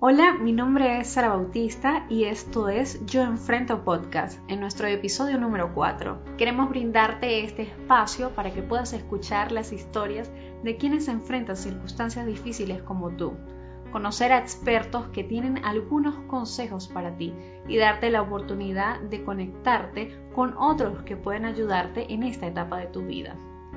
Hola, mi nombre es Sara Bautista y esto es Yo Enfrento Podcast, en nuestro episodio número 4. Queremos brindarte este espacio para que puedas escuchar las historias de quienes enfrentan circunstancias difíciles como tú, conocer a expertos que tienen algunos consejos para ti y darte la oportunidad de conectarte con otros que pueden ayudarte en esta etapa de tu vida.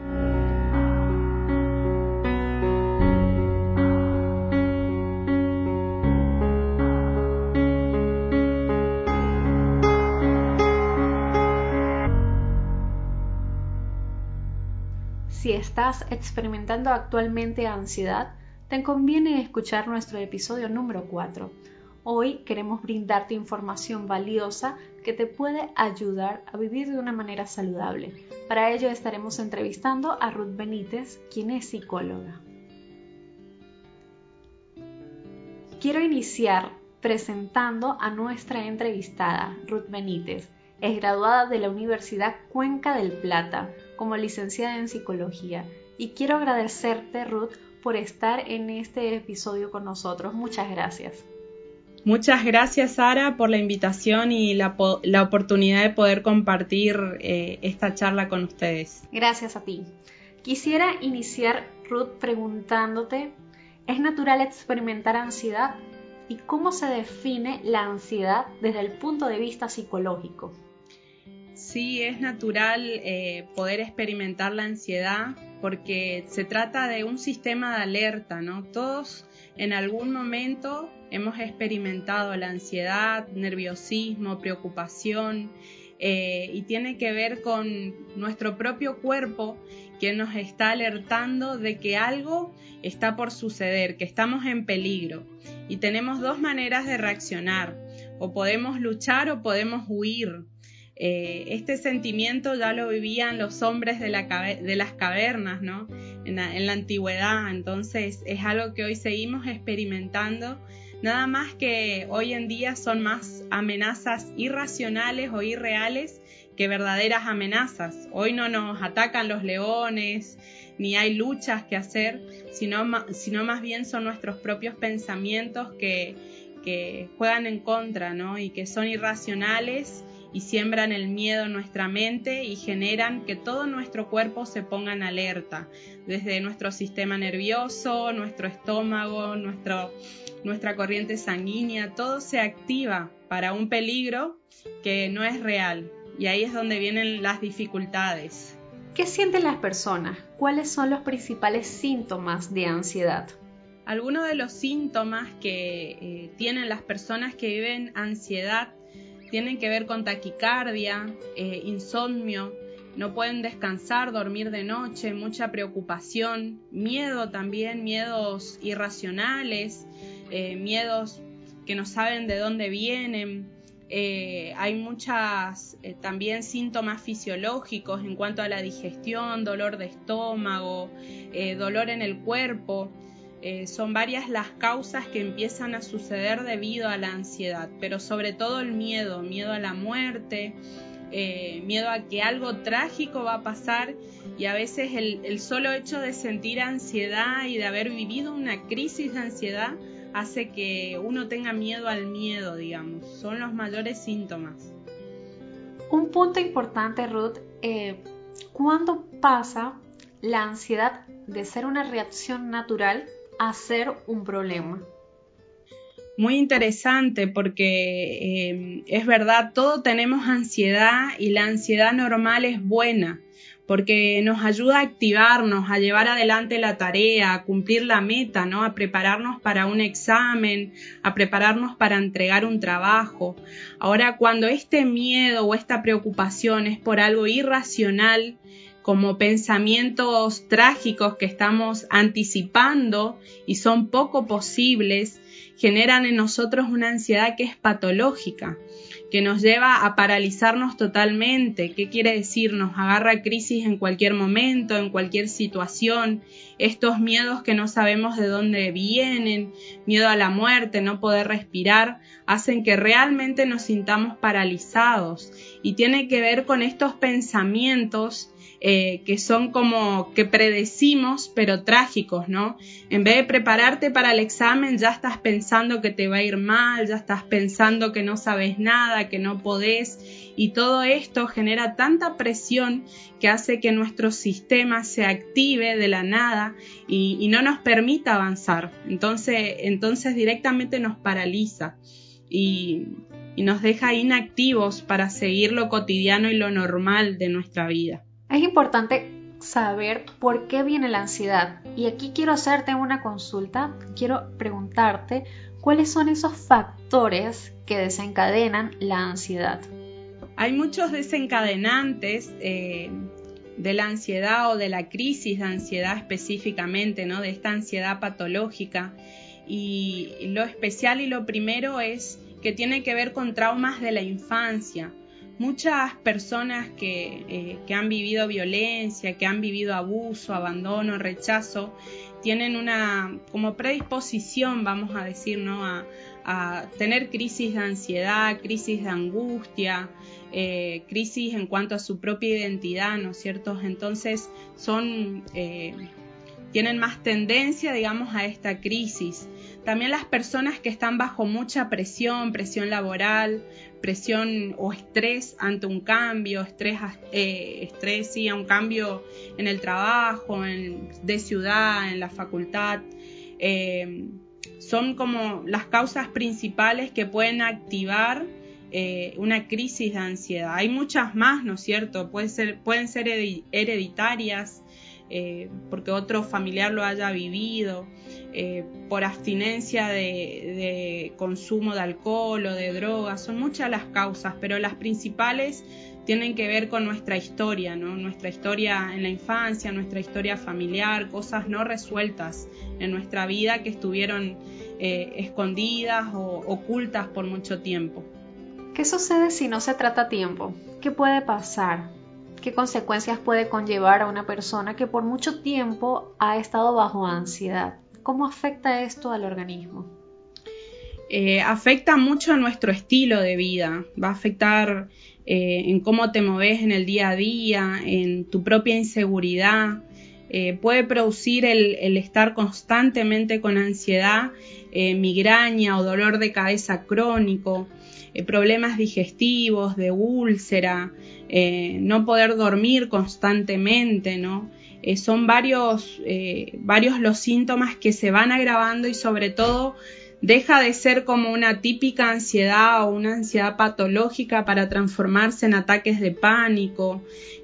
Si estás experimentando actualmente ansiedad, te conviene escuchar nuestro episodio número 4. Hoy queremos brindarte información valiosa que te puede ayudar a vivir de una manera saludable. Para ello estaremos entrevistando a Ruth Benítez, quien es psicóloga. Quiero iniciar presentando a nuestra entrevistada, Ruth Benítez. Es graduada de la Universidad Cuenca del Plata como licenciada en psicología y quiero agradecerte, Ruth, por estar en este episodio con nosotros. Muchas gracias. Muchas gracias, Sara, por la invitación y la oportunidad de poder compartir esta charla con ustedes. Gracias a ti. Quisiera iniciar, Ruth, preguntándote, ¿es natural experimentar ansiedad? ¿Y cómo se define la ansiedad desde el punto de vista psicológico? Sí, es natural poder experimentar la ansiedad porque se trata de un sistema de alerta, ¿no? Todos en algún momento hemos experimentado la ansiedad, nerviosismo, preocupación y tiene que ver con nuestro propio cuerpo que nos está alertando de que algo está por suceder, que estamos en peligro. Y tenemos dos maneras de reaccionar, o podemos luchar o podemos huir. Este sentimiento ya lo vivían los hombres de las cavernas, ¿no? En la antigüedad, entonces es algo que hoy seguimos experimentando, nada más que hoy en día son más amenazas irracionales o irreales que verdaderas amenazas. Hoy no nos atacan los leones, ni hay luchas que hacer, sino más bien son nuestros propios pensamientos que juegan en contra, ¿no? Y que son irracionales y siembran el miedo en nuestra mente y generan que todo nuestro cuerpo se ponga en alerta, desde nuestro sistema nervioso, nuestro estómago, nuestra corriente sanguínea, todo se activa para un peligro que no es real, y ahí es donde vienen las dificultades. ¿Qué sienten las personas? ¿Cuáles son los principales síntomas de ansiedad? Algunos de los síntomas que tienen las personas que viven ansiedad tienen que ver con taquicardia, insomnio, no pueden descansar, dormir de noche, mucha preocupación, miedo también, miedos irracionales, miedos que no saben de dónde vienen. Hay muchas también síntomas fisiológicos en cuanto a la digestión, dolor de estómago, dolor en el cuerpo. Son varias las causas que empiezan a suceder debido a la ansiedad, pero sobre todo el miedo a la muerte, miedo a que algo trágico va a pasar, y a veces el solo hecho de sentir ansiedad y de haber vivido una crisis de ansiedad hace que uno tenga miedo al miedo, digamos. Son los mayores síntomas. Un punto importante, Ruth, ¿cuándo pasa la ansiedad de ser una reacción natural a ser un problema? Muy interesante porque es verdad, todos tenemos ansiedad y la ansiedad normal es buena porque nos ayuda a activarnos, a llevar adelante la tarea, a cumplir la meta, ¿no? A prepararnos para un examen, a prepararnos para entregar un trabajo. Ahora, cuando este miedo o esta preocupación es por algo irracional, como pensamientos trágicos que estamos anticipando y son poco posibles, generan en nosotros una ansiedad que es patológica, que nos lleva a paralizarnos totalmente. ¿Qué quiere decir? Nos agarra crisis en cualquier momento, en cualquier situación. Estos miedos que no sabemos de dónde vienen, miedo a la muerte, no poder respirar, hacen que realmente nos sintamos paralizados. Y tiene que ver con estos pensamientos que son como que predecimos, pero trágicos, ¿no? En vez de prepararte para el examen, ya estás pensando que te va a ir mal, ya estás pensando que no sabes nada, que no podés, y todo esto genera tanta presión que hace que nuestro sistema se active de la nada y no nos permita avanzar. Entonces directamente nos paraliza y nos deja inactivos para seguir lo cotidiano y lo normal de nuestra vida. Es importante saber por qué viene la ansiedad. Y aquí quiero hacerte una consulta. Quiero preguntarte cuáles son esos factores que desencadenan la ansiedad. Hay muchos desencadenantes de la ansiedad o de la crisis de ansiedad específicamente, ¿no? De esta ansiedad patológica. Y lo especial y lo primero es que tiene que ver con traumas de la infancia. Muchas personas que han vivido violencia, que han vivido abuso, abandono, rechazo, tienen una como predisposición, vamos a decir, ¿no? a tener crisis de ansiedad, crisis de angustia, crisis en cuanto a su propia identidad, ¿no es cierto? Entonces tienen más tendencia, digamos, a esta crisis. También las personas que están bajo mucha presión laboral, presión o estrés ante un cambio, estrés sí, a un cambio en el trabajo, de ciudad, en la facultad, son como las causas principales que pueden activar una crisis de ansiedad. Hay muchas más, ¿no es cierto? Pueden ser hereditarias, porque otro familiar lo haya vivido, por abstinencia de consumo de alcohol o de drogas. Son muchas las causas, pero las principales tienen que ver con nuestra historia, ¿no? Nuestra historia en la infancia, nuestra historia familiar, cosas no resueltas en nuestra vida que estuvieron escondidas o ocultas por mucho tiempo. ¿Qué sucede si no se trata a tiempo? ¿Qué puede pasar? ¿Qué consecuencias puede conllevar a una persona que por mucho tiempo ha estado bajo ansiedad? ¿Cómo afecta esto al organismo? Afecta mucho a nuestro estilo de vida, va a afectar en cómo te moves en el día a día, en tu propia inseguridad. Puede producir el estar constantemente con ansiedad, migraña o dolor de cabeza crónico, problemas digestivos, de úlcera, no poder dormir constantemente, ¿no? Son varios los síntomas que se van agravando y sobre todo deja de ser como una típica ansiedad o una ansiedad patológica para transformarse en ataques de pánico,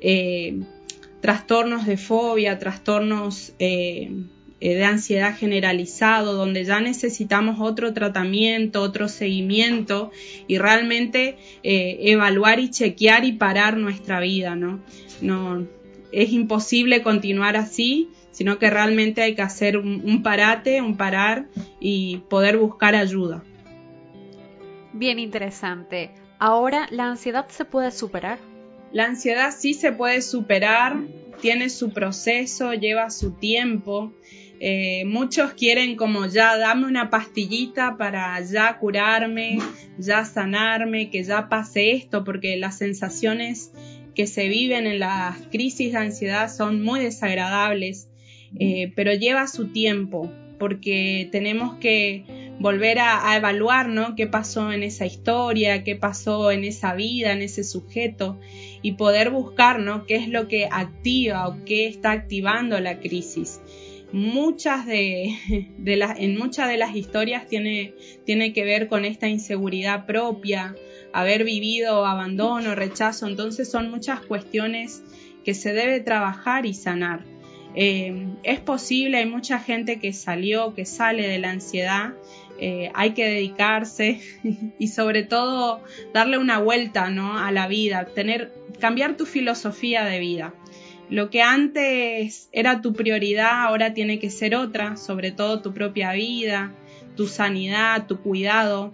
trastornos de fobia, trastornos de ansiedad generalizado, donde ya necesitamos otro tratamiento, otro seguimiento y realmente evaluar y chequear y parar nuestra vida, ¿no? No es imposible continuar así, sino que realmente hay que hacer un parar y poder buscar ayuda. Bien interesante. Ahora, ¿la ansiedad se puede superar? La ansiedad sí se puede superar, tiene su proceso, lleva su tiempo. Muchos quieren como ya dame una pastillita para ya curarme, ya sanarme, que ya pase esto, porque las sensaciones que se viven en las crisis de ansiedad son muy desagradables, pero lleva su tiempo, porque tenemos que volver a evaluar, ¿no? Qué pasó en esa historia, qué pasó en esa vida, en ese sujeto, y poder buscar, ¿no? Qué es lo que activa o qué está activando la crisis. En muchas de las historias tiene que ver con esta inseguridad propia, haber vivido abandono, rechazo. Entonces son muchas cuestiones que se debe trabajar y sanar. Es posible, hay mucha gente que sale de la ansiedad. Hay que dedicarse y sobre todo darle una vuelta, ¿no? a la vida, cambiar tu filosofía de vida. Lo que antes era tu prioridad ahora tiene que ser otra, sobre todo tu propia vida, tu sanidad, tu cuidado.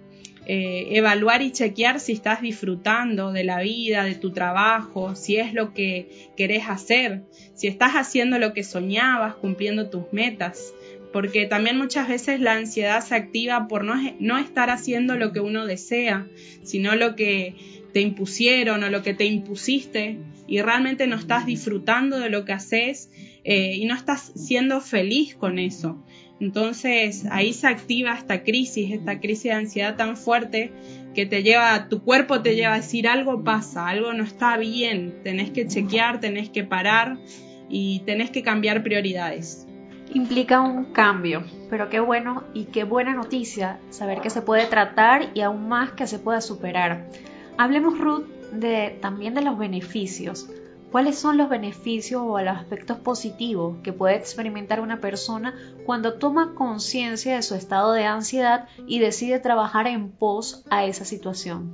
evaluar y chequear si estás disfrutando de la vida, de tu trabajo, si es lo que querés hacer, si estás haciendo lo que soñabas, cumpliendo tus metas, porque también muchas veces la ansiedad se activa por no estar haciendo lo que uno desea, sino lo que te impusieron o lo que te impusiste y realmente no estás disfrutando de lo que haces y no estás siendo feliz con eso. Entonces ahí se activa esta crisis de ansiedad tan fuerte que tu cuerpo te lleva a decir algo pasa, algo no está bien, tenés que chequear, tenés que parar y tenés que cambiar prioridades. Implica un cambio, pero qué bueno y qué buena noticia saber que se puede tratar y aún más que se pueda superar. Hablemos, Ruth, también de los beneficios. ¿Cuáles son los beneficios o los aspectos positivos que puede experimentar una persona cuando toma conciencia de su estado de ansiedad y decide trabajar en pos a esa situación?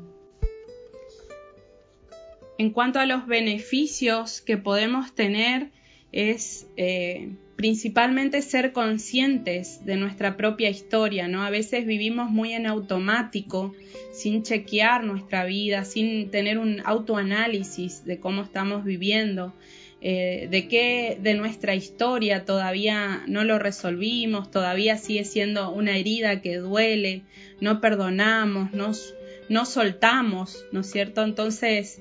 En cuanto a los beneficios que podemos tener es principalmente ser conscientes de nuestra propia historia, ¿no? A veces vivimos muy en automático, sin chequear nuestra vida, sin tener un autoanálisis de cómo estamos viviendo, de nuestra historia todavía no lo resolvimos, todavía sigue siendo una herida que duele, no perdonamos, no soltamos, ¿no es cierto? Entonces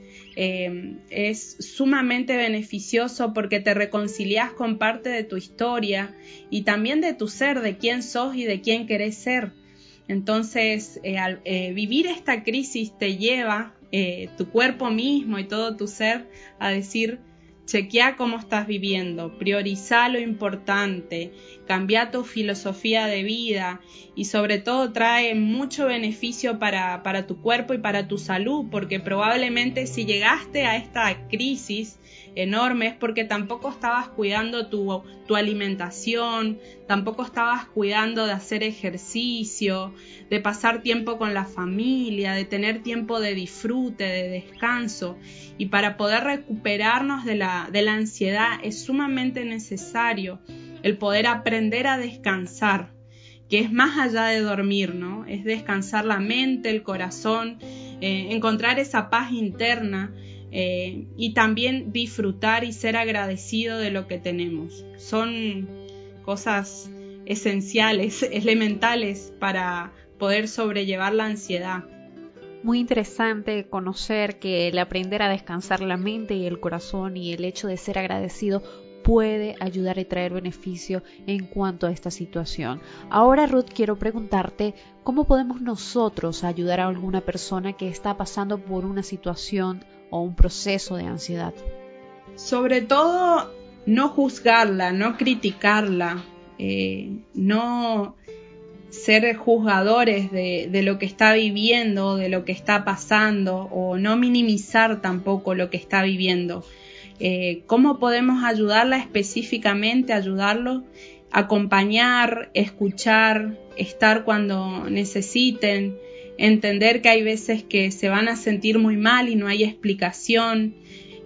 es sumamente beneficioso porque te reconcilias con parte de tu historia y también de tu ser, de quién sos y de quién querés ser. Entonces vivir esta crisis te lleva tu cuerpo mismo y todo tu ser a decir: chequea cómo estás viviendo, priorizá lo importante, cambia tu filosofía de vida y sobre todo trae mucho beneficio para tu cuerpo y para tu salud, porque probablemente si llegaste a esta crisis enorme es porque tampoco estabas cuidando tu alimentación, tampoco estabas cuidando de hacer ejercicio, de pasar tiempo con la familia, de tener tiempo de disfrute, de descanso. Y para poder recuperarnos de la ansiedad es sumamente necesario el poder aprender a descansar, que es más allá de dormir, ¿no? Es descansar la mente, el corazón, encontrar esa paz interna y también disfrutar y ser agradecido de lo que tenemos. Son cosas esenciales, elementales para poder sobrellevar la ansiedad. Muy interesante conocer que el aprender a descansar la mente y el corazón y el hecho de ser agradecido puede ayudar y traer beneficio en cuanto a esta situación. Ahora, Ruth, quiero preguntarte cómo podemos nosotros ayudar a alguna persona que está pasando por una situación o un proceso de ansiedad. Sobre todo, no juzgarla, no criticarla, no ser juzgadores de lo que está viviendo, de lo que está pasando, o no minimizar tampoco lo que está viviendo. ¿Cómo podemos ayudarla específicamente? Ayudarlo, acompañar, escuchar, estar cuando necesiten, entender que hay veces que se van a sentir muy mal y no hay explicación,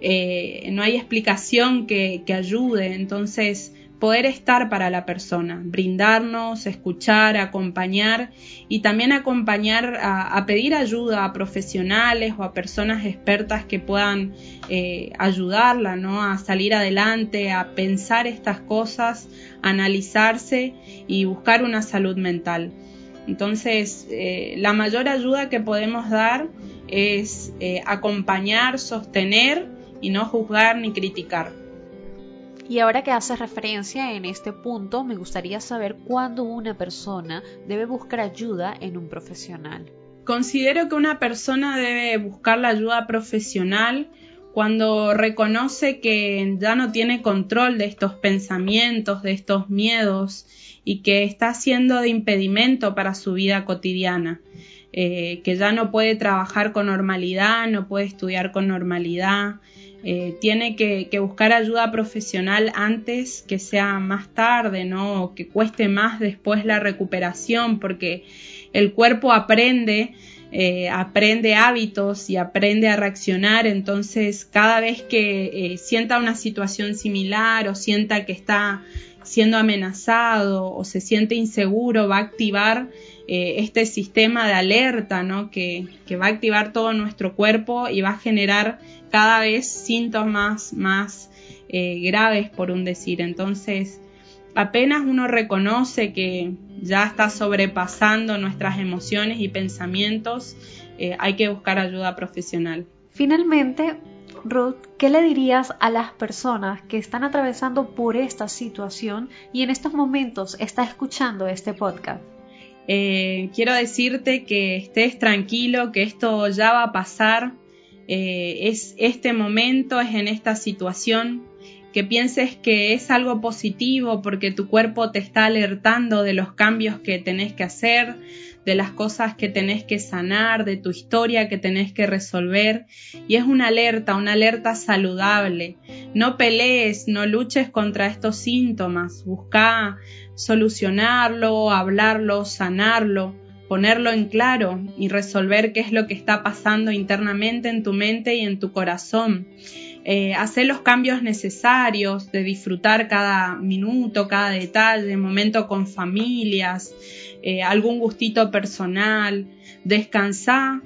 que ayude. Entonces, poder estar para la persona, brindarnos, escuchar, acompañar y también acompañar a pedir ayuda a profesionales o a personas expertas que puedan ayudarla, ¿no? A salir adelante, a pensar estas cosas, a analizarse y buscar una salud mental. Entonces, la mayor ayuda que podemos dar es acompañar, sostener y no juzgar ni criticar. Y ahora que haces referencia en este punto, me gustaría saber cuándo una persona debe buscar ayuda en un profesional. Considero que una persona debe buscar la ayuda profesional cuando reconoce que ya no tiene control de estos pensamientos, de estos miedos y que está siendo de impedimento para su vida cotidiana, que ya no puede trabajar con normalidad, no puede estudiar con normalidad. Tiene que buscar ayuda profesional antes que sea más tarde, ¿no? O que cueste más después la recuperación, porque el cuerpo aprende hábitos y aprende a reaccionar. Entonces, cada vez que sienta una situación similar o sienta que está siendo amenazado o se siente inseguro, va a activar este sistema de alerta, ¿no? que va a activar todo nuestro cuerpo y va a generar cada vez síntomas más graves, por un decir. Entonces, apenas uno reconoce que ya está sobrepasando nuestras emociones y pensamientos, hay que buscar ayuda profesional. Finalmente, Ruth, ¿qué le dirías a las personas que están atravesando por esta situación y en estos momentos está escuchando este podcast? Quiero decirte que estés tranquilo, que esto ya va a pasar, es este momento, es en esta situación, que pienses que es algo positivo porque tu cuerpo te está alertando de los cambios que tenés que hacer, de las cosas que tenés que sanar, de tu historia que tenés que resolver, y es una alerta saludable. No pelees, no luches contra estos síntomas, busca solucionarlo, hablarlo, sanarlo, ponerlo en claro y resolver qué es lo que está pasando internamente en tu mente y en tu corazón. Hacer los cambios necesarios, de disfrutar cada minuto, cada detalle, momento con familias, algún gustito personal, descansar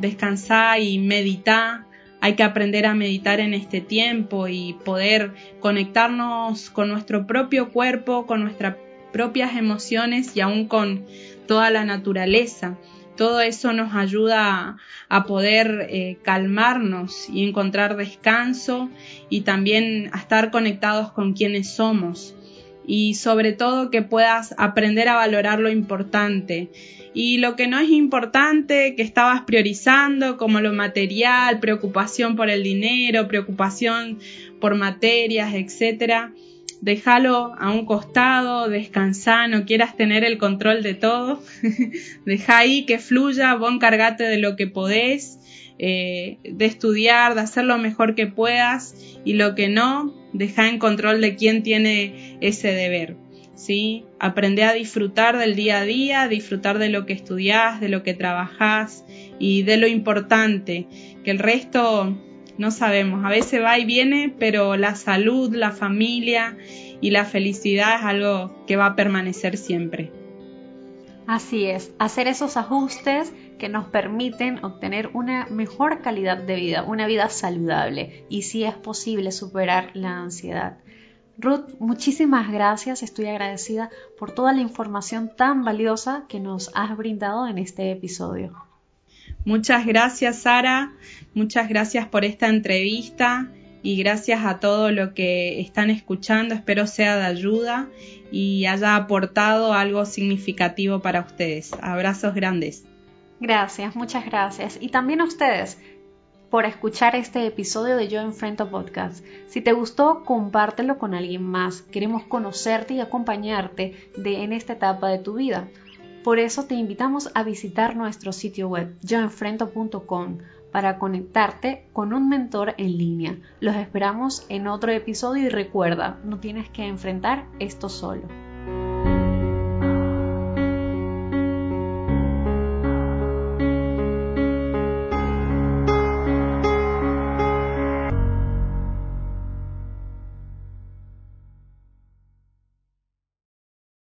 y meditar. Hay que aprender a meditar en este tiempo y poder conectarnos con nuestro propio cuerpo, con nuestras propias emociones y aún con toda la naturaleza. Todo eso nos ayuda a poder calmarnos y encontrar descanso y también a estar conectados con quienes somos. Y sobre todo que puedas aprender a valorar lo importante. Y lo que no es importante, que estabas priorizando, como lo material, preocupación por el dinero, preocupación por materias, etcétera, déjalo a un costado, descansá, no quieras tener el control de todo. Deja ahí que fluya, vos encargate de lo que podés, de estudiar, de hacer lo mejor que puedas, y lo que no, deja en control de quién tiene ese deber. ¿Sí? Aprende a disfrutar del día a día, disfrutar de lo que estudiás, de lo que trabajás y de lo importante, que el resto no sabemos, a veces va y viene, pero la salud, la familia y la felicidad es algo que va a permanecer siempre. Así es, hacer esos ajustes que nos permiten obtener una mejor calidad de vida, una vida saludable, y si es posible superar la ansiedad. Ruth, muchísimas gracias, estoy agradecida por toda la información tan valiosa que nos has brindado en este episodio. Muchas gracias, Sara, muchas gracias por esta entrevista y gracias a todos los que están escuchando, espero sea de ayuda y haya aportado algo significativo para ustedes. Abrazos grandes. Gracias, muchas gracias. Y también a ustedes por escuchar este episodio de Yo Enfrento Podcast. Si te gustó, compártelo con alguien más. Queremos conocerte y acompañarte en esta etapa de tu vida. Por eso te invitamos a visitar nuestro sitio web yoenfrento.com para conectarte con un mentor en línea. Los esperamos en otro episodio y recuerda, no tienes que enfrentar esto solo.